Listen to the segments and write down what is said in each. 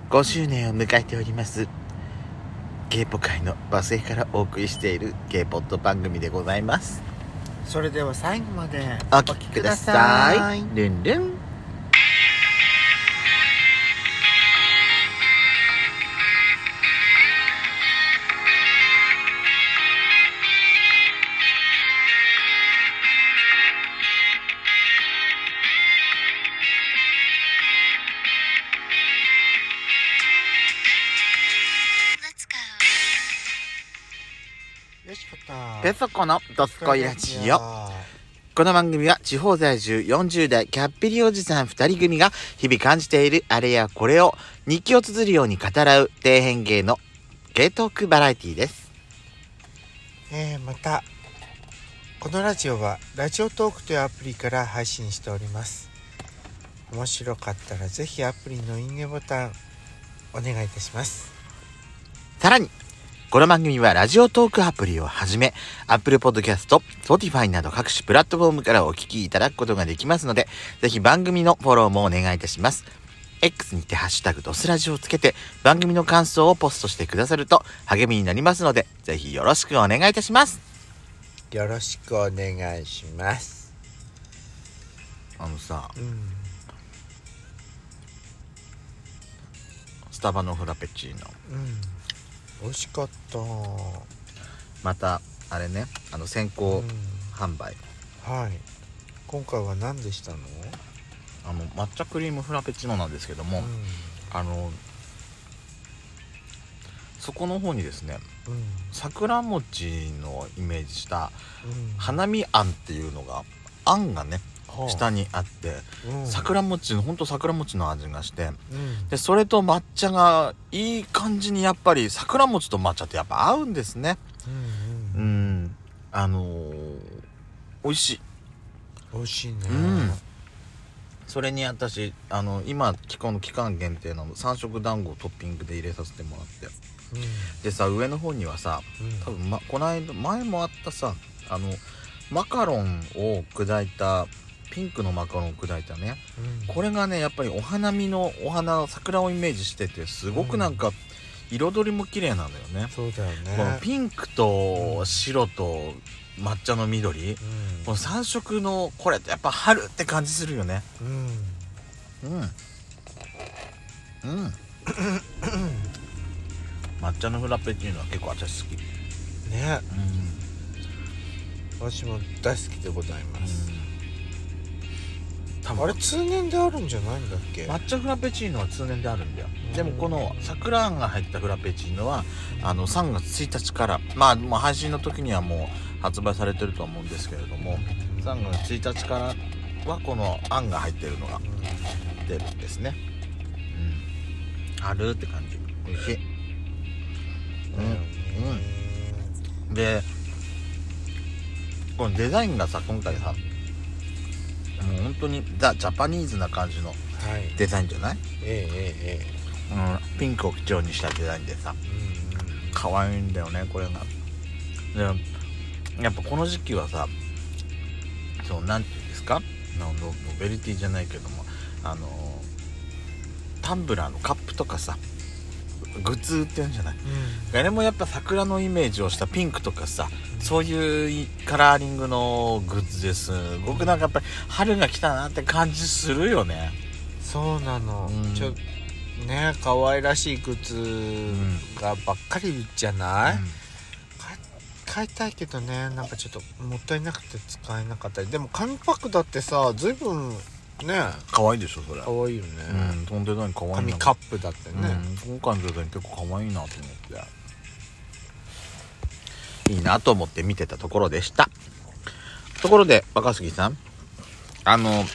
5周年を迎えておりますゲイポ界のバスへからお送りしているゲイポッド番組でございます。 それでは最後までお聞きください。ルンルン。ペソコのドスコイラジオ。この番組は地方在住40代キャッピリおじさん2人組が日々感じているあれやこれを日記を綴るように語らう底辺芸のゲイトークバラエティです。 またこのラジオはラジオトークというアプリから配信しております。面白かったらぜひアプリのいいねボタンお願いいたします。 さらにこの番組はラジオトークアプリをはじめ Apple Podcast、Spotify など各種プラットフォームからお聞きいただくことができますので、ぜひ番組のフォローもお願いいたします。X にてハッシュタグドスラジをつけて番組の感想をポストしてくださると励みになりますので、ぜひよろしくお願いいたします。 よろしくお願いします。 スタバのフラペチーノ、 美味しかった。 またあれね、先行販売、 はい。今回は何でしたの？ 抹茶クリームフラペチーノなんですけども、そこの方にですね、桜餅のイメージした花見あんっていうのが、あんがね下にあって、桜餅のほんと桜餅の味がして、でそれと抹茶がいい感じに、やっぱり桜餅と抹茶ってやっぱ合うんですね。美味しい。 美味しいね。 それに私今この期間限定の3色団子をトッピングで入れさせてもらって、でさ、上の方にはさ、多分、この間前もあったさ、マカロンを砕いたピンクのマカロンを砕いたね、これがねやっぱりお花見のお花、桜をイメージしてて、すごくなんか彩りも綺麗なんだよね。 そうだよね。 このピンクと白と抹茶の緑、この3色のこれってやっぱ春って感じするよね。抹茶のフラペチーノは結構私好きね。 私も大好きでございます。あれ通年であるんじゃないんだっけ？ 抹茶フラペチーノは通年であるんだよ。でもこの桜あんが入ったフラペチーノは3月1日からもう配信の時にはもう発売されてると思うんですけれども、3月1日からはこのあんが入ってるのが出るんですね。春って感じ。美味しい。でこのデザインがさ、今回さもう本当にザ・ジャパニーズな感じのデザインじゃない？ピンクを基調にしたデザインでさ、可愛いんだよねこれが。でやっぱこの時期はさ、なんていうんですか、ノベルティじゃないけども、タンブラーのカップとかさ、グッズ売ってるんじゃない？あれもやっぱ桜のイメージをしたピンクとかさ、そういうカラーリングのグッズです。僕なんかやっぱり春が来たなって感じするよね。 そうなの。ね、可愛らしいグッズがばっかりじゃない？買いたいけどね、なんかちょっともったいなくて使えなかったり。でも紙パックだってさ、随分ね、 可愛いでしょそれ。 可愛いよね。 とんでもない可愛いな。 紙カップだってね。 今回のデザイン結構可愛いなと思っていいなと思って見てたところでした。ところで若杉さん、あ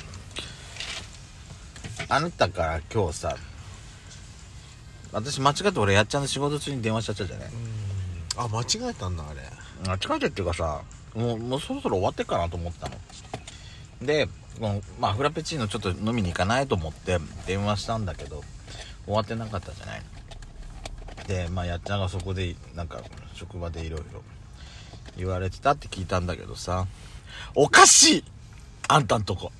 なたから今日さ、私間違って俺やっちゃんの仕事中に電話しちゃったじゃない？ 間違えたんだあれ。 間違えてっていうかさ、もうそろそろ終わってっかなと思ったので、フラペチーノちょっと飲みに行かないと思って電話したんだけど終わってなかったじゃない。でやっちゃんがそこでなんか職場でいろいろ言われてたって聞いたんだけどさ、おかしい、あんたんとこ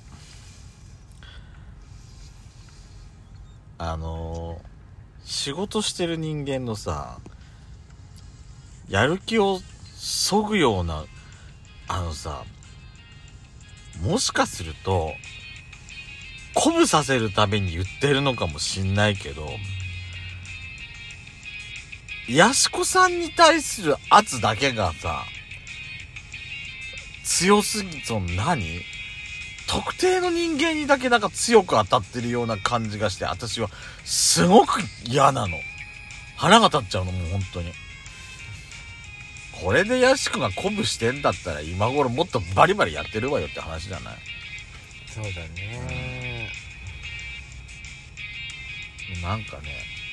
仕事してる人間のさ、やる気をそぐようなさ、もしかすると鼓舞させるために言ってるのかもしんないけど、やしこさんに対する圧だけがさ強すぎ、何特定の人間にだけなんか強く当たってるような感じがして、私はすごく嫌なの。腹が立っちゃうの、もう本当に。これでやしこが鼓舞してんだったら今頃もっとバリバリやってるわよって話じゃない？ そうだね、 なんかね、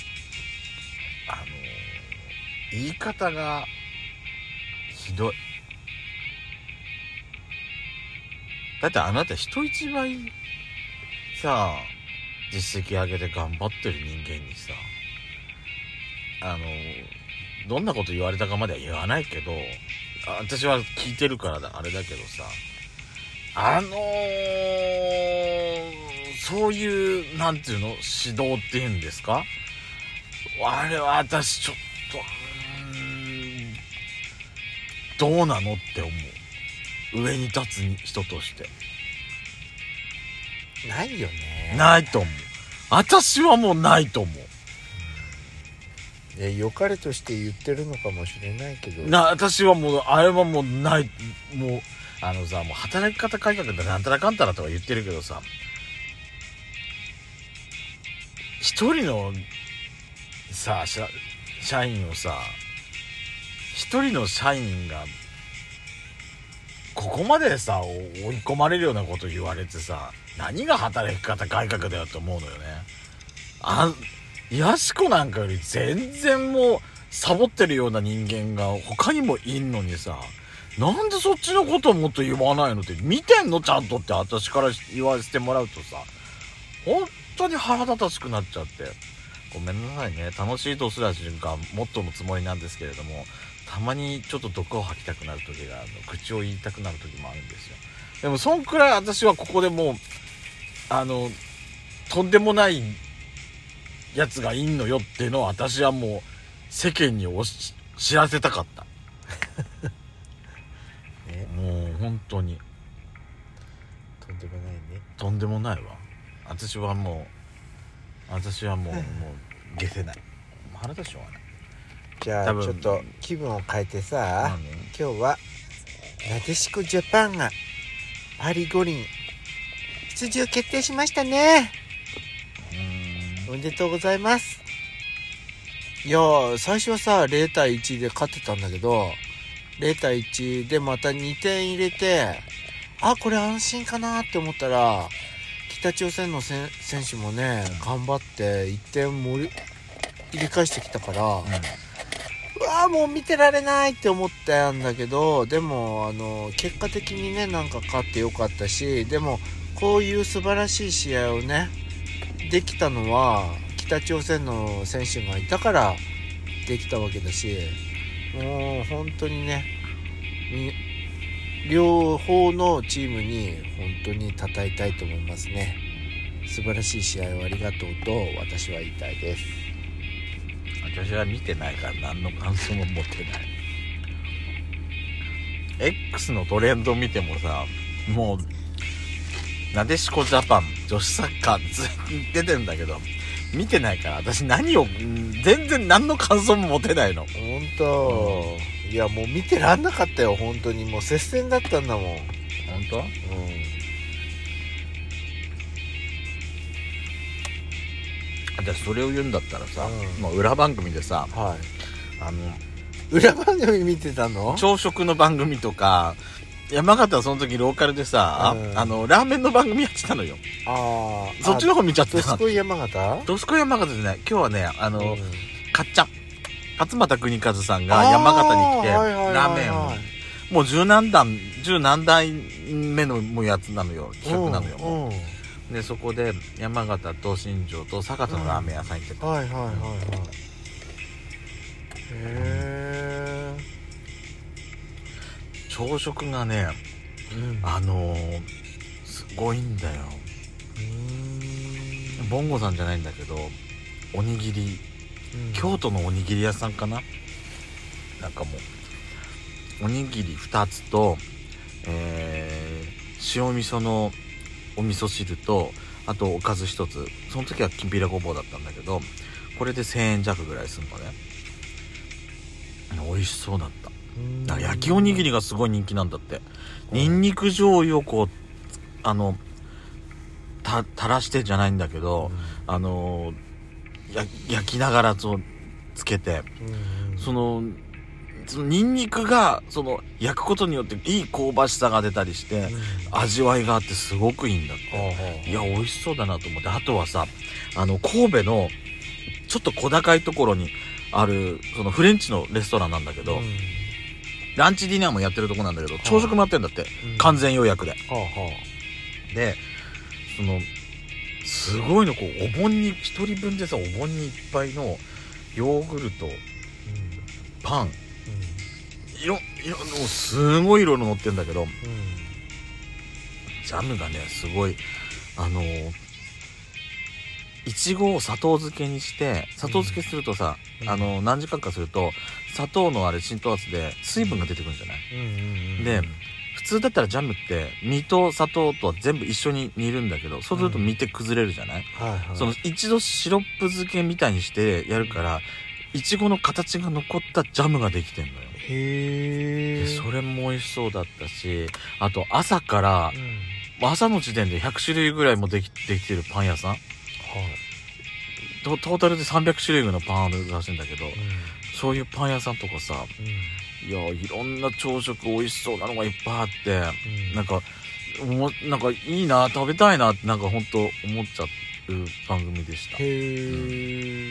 言い方がひどい。だってあなた人一倍さ、実績上げて頑張ってる人間にさ、どんなこと言われたかまでは言わないけど、私は聞いてるからあれだけどさ、そういうなんていうの、指導っていうんですか、あれは私ちょっとどうなのって思う。上に立つ人としてないよね。 ないと思う。私はもうないと思う。 良かれとして言ってるのかもしれないけど、 私はもうあれはもうない。もうもう働き方改革でなんたらかんたらとか言ってるけどさ、一人のさ社員をさ、一人の社員がここまでさ追い込まれるようなこと言われてさ、何が働き方改革だよって思うのよね。やしこなんかより全然もうサボってるような人間が他にもいんのにさ、なんでそっちのことをもっと言わないのって、見てんのちゃんとって私から言わせてもらうとさ、本当に腹立たしくなっちゃって、ごめんなさいね。楽しいとすらしがモットーのつもりなんですけれども、たまにちょっと毒を吐きたくなる時が、口を言いたくなる時もあるんですよ。でもそんくらい私はここでもうとんでもないやつがいんのよっていうのを私はもう世間に知らせたかった、ね、もう本当にとんでもないね。 とんでもないわ。私はもう消せない。腹立ちしょうがない。 じゃあちょっと気分を変えてさ、今日はなでしこジャパンがパリ五輪出場決定しましたね。おめでとうございます。いや最初はさ0対1で勝ってたんだけど、0対1でまた2点入れて、これ安心かなって思ったら、北朝鮮の選手もね頑張って1点入れ返してきたから、うわもう見てられないって思ったんだけど、でも結果的にねなんか勝ってよかったし、でもこういう素晴らしい試合をねできたのは北朝鮮の選手がいたからできたわけだし、もう本当にね両方のチームに本当に称えたいと思いますね。素晴らしい試合をありがとうと私は言いたいです。 私は見てないから何の感想も持ってない。 X のトレンド見てもさ、もうなでしこジャパン女子サッカーずっと出てんだけど見てないから私全然何の感想も持てないの。 本当、いやもう見てらんなかったよ本当に。もう接戦だったんだもん。 本当？じゃあそれを言うんだったらさ、裏番組でさ、 裏番組見てたの？ 朝食の番組とか、山形はその時ローカルでさ、ラーメンの番組やってたのよ。そっちの方見ちゃった。 どすこい山形？ どすこい山形でね、今日はねかっちゃん勝俣邦和さんが山形に来てラーメンをもう十何代目のもうやつなのよ、企画なのよ。でそこで山形と新庄と酒田のラーメン屋さん行ってた。へえ。 朝食がね、すごいんだよ。ボンゴさんじゃないんだけど、おにぎり京都のおにぎり屋さんかな。なんかもうおにぎり2つと、塩味噌のお味噌汁と、あとおかず1つ。その時はきんぴらごぼうだったんだけど、これで1000円弱ぐらいするのね。美味しそうだった。だから焼きおにぎりがすごい人気なんだって。ニンニク醤油をこう垂らしてじゃないんだけど、焼きながらつけて、そのニンニクが焼くことによっていい香ばしさが出たりして、味わいがあってすごくいいんだって。いや美味しそうだなと思って。あとはさ、神戸のちょっと小高いところにあるそのフレンチのレストランなんだけど、ランチディナーもやってるとこなんだけど、朝食もやってんだって、完全予約で。で、すごいの、こう、お盆に、一人分でさ、お盆にいっぱいのヨーグルト、パン、すごい色の乗ってんだけど、ジャムがね、すごい、いちごを砂糖漬けにして、砂糖漬けするとさ、何時間かすると、砂糖の浸透圧で水分が出てくるんじゃない？で、普通だったらジャムって実と砂糖と全部一緒に煮るんだけど、そうすると実って崩れるじゃない？一度シロップ漬けみたいにしてやるから、いちごの形が残ったジャムができてんのよ。でそれも美味しそうだったし、あと朝から、朝の時点で100種類ぐらいもできてるパン屋さん、トータルで300種類ぐらいのパンあるらしいんだけど、そういうパン屋さんとかさ、いやいろんな朝食美味しそうなのがいっぱいあって、なんかいいな、食べたいなって、なんか本当思っちゃう番組でした。